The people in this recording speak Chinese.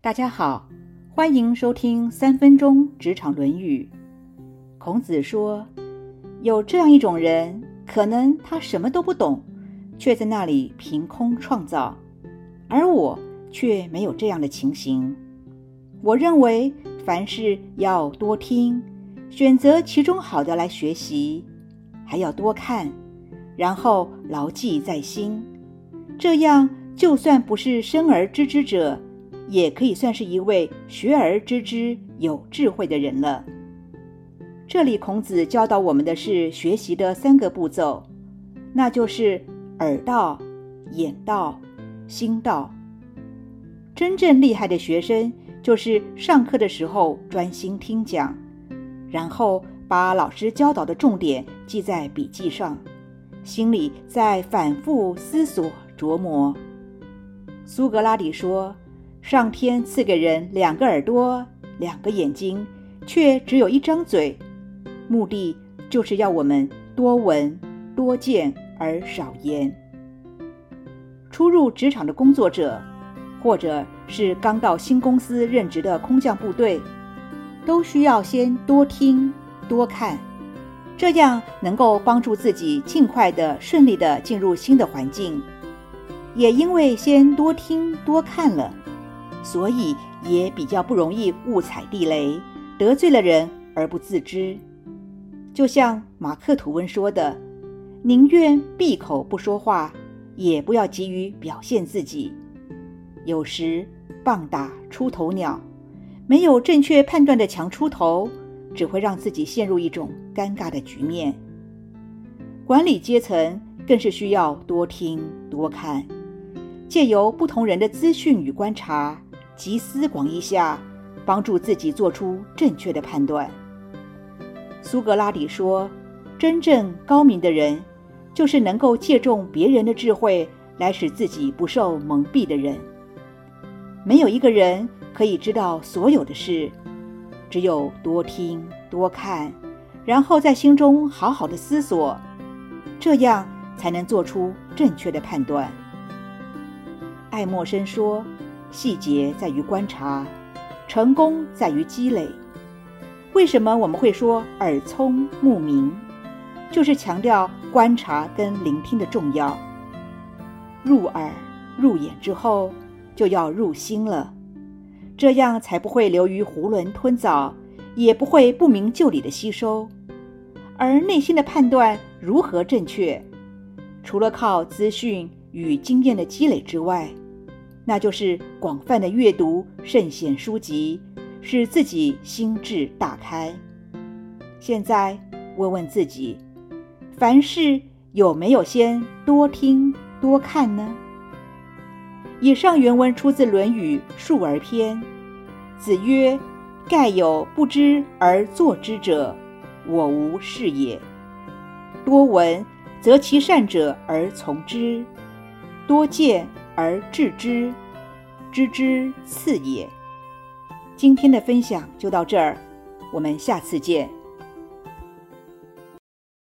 大家好，欢迎收听3分钟职场论语。孔子说，有这样一种人，可能他什么都不懂，却在那里凭空创造，而我却没有这样的情形。我认为凡事要多听，选择其中好的来学习，还要多看，然后牢记在心，这样就算不是生而知之者，也可以算是一位学而知之有智慧的人了。这里孔子教导我们的是学习的3个步骤，那就是耳道、眼道、心道。真正厉害的学生，就是上课的时候专心听讲，然后把老师教导的重点记在笔记上，心里再反复思索琢磨。苏格拉底说，上天赐给人2个耳朵、2个眼睛，却只有1张嘴，目的就是要我们多闻、多见而少言。初入职场的工作者，或者是刚到新公司任职的空降部队，都需要先多听、多看，这样能够帮助自己尽快的、顺利的进入新的环境。也因为先多听、多看了，所以也比较不容易误踩地雷，得罪了人而不自知。就像马克吐温说的，宁愿闭口不说话，也不要急于表现自己。有时棒打出头鸟，没有正确判断的强出头，只会让自己陷入一种尴尬的局面。管理阶层更是需要多听多看，借由不同人的资讯与观察，集思广益下，帮助自己做出正确的判断。苏格拉底说，真正高明的人，就是能够借重别人的智慧来使自己不受蒙蔽的人。没有一个人可以知道所有的事，只有多听多看，然后在心中好好的思索，这样才能做出正确的判断。爱默生说，细节在于观察，成功在于积累。为什么我们会说耳聪目明？就是强调观察跟聆听的重要。入耳入眼之后，就要入心了，这样才不会流于囫囵吞枣，也不会不明就里的吸收。而内心的判断如何正确，除了靠资讯与经验的积累之外，那就是广泛的阅读圣贤书籍，使自己心智大开。现在问问自己，凡事有没有先多听多看呢？以上原文出自《论语·述而篇》。子曰：盖有不知而作之者，我无是也。多闻，择其善者而从之；多见而治之，知之次也。今天的分享就到这儿，我们下次见。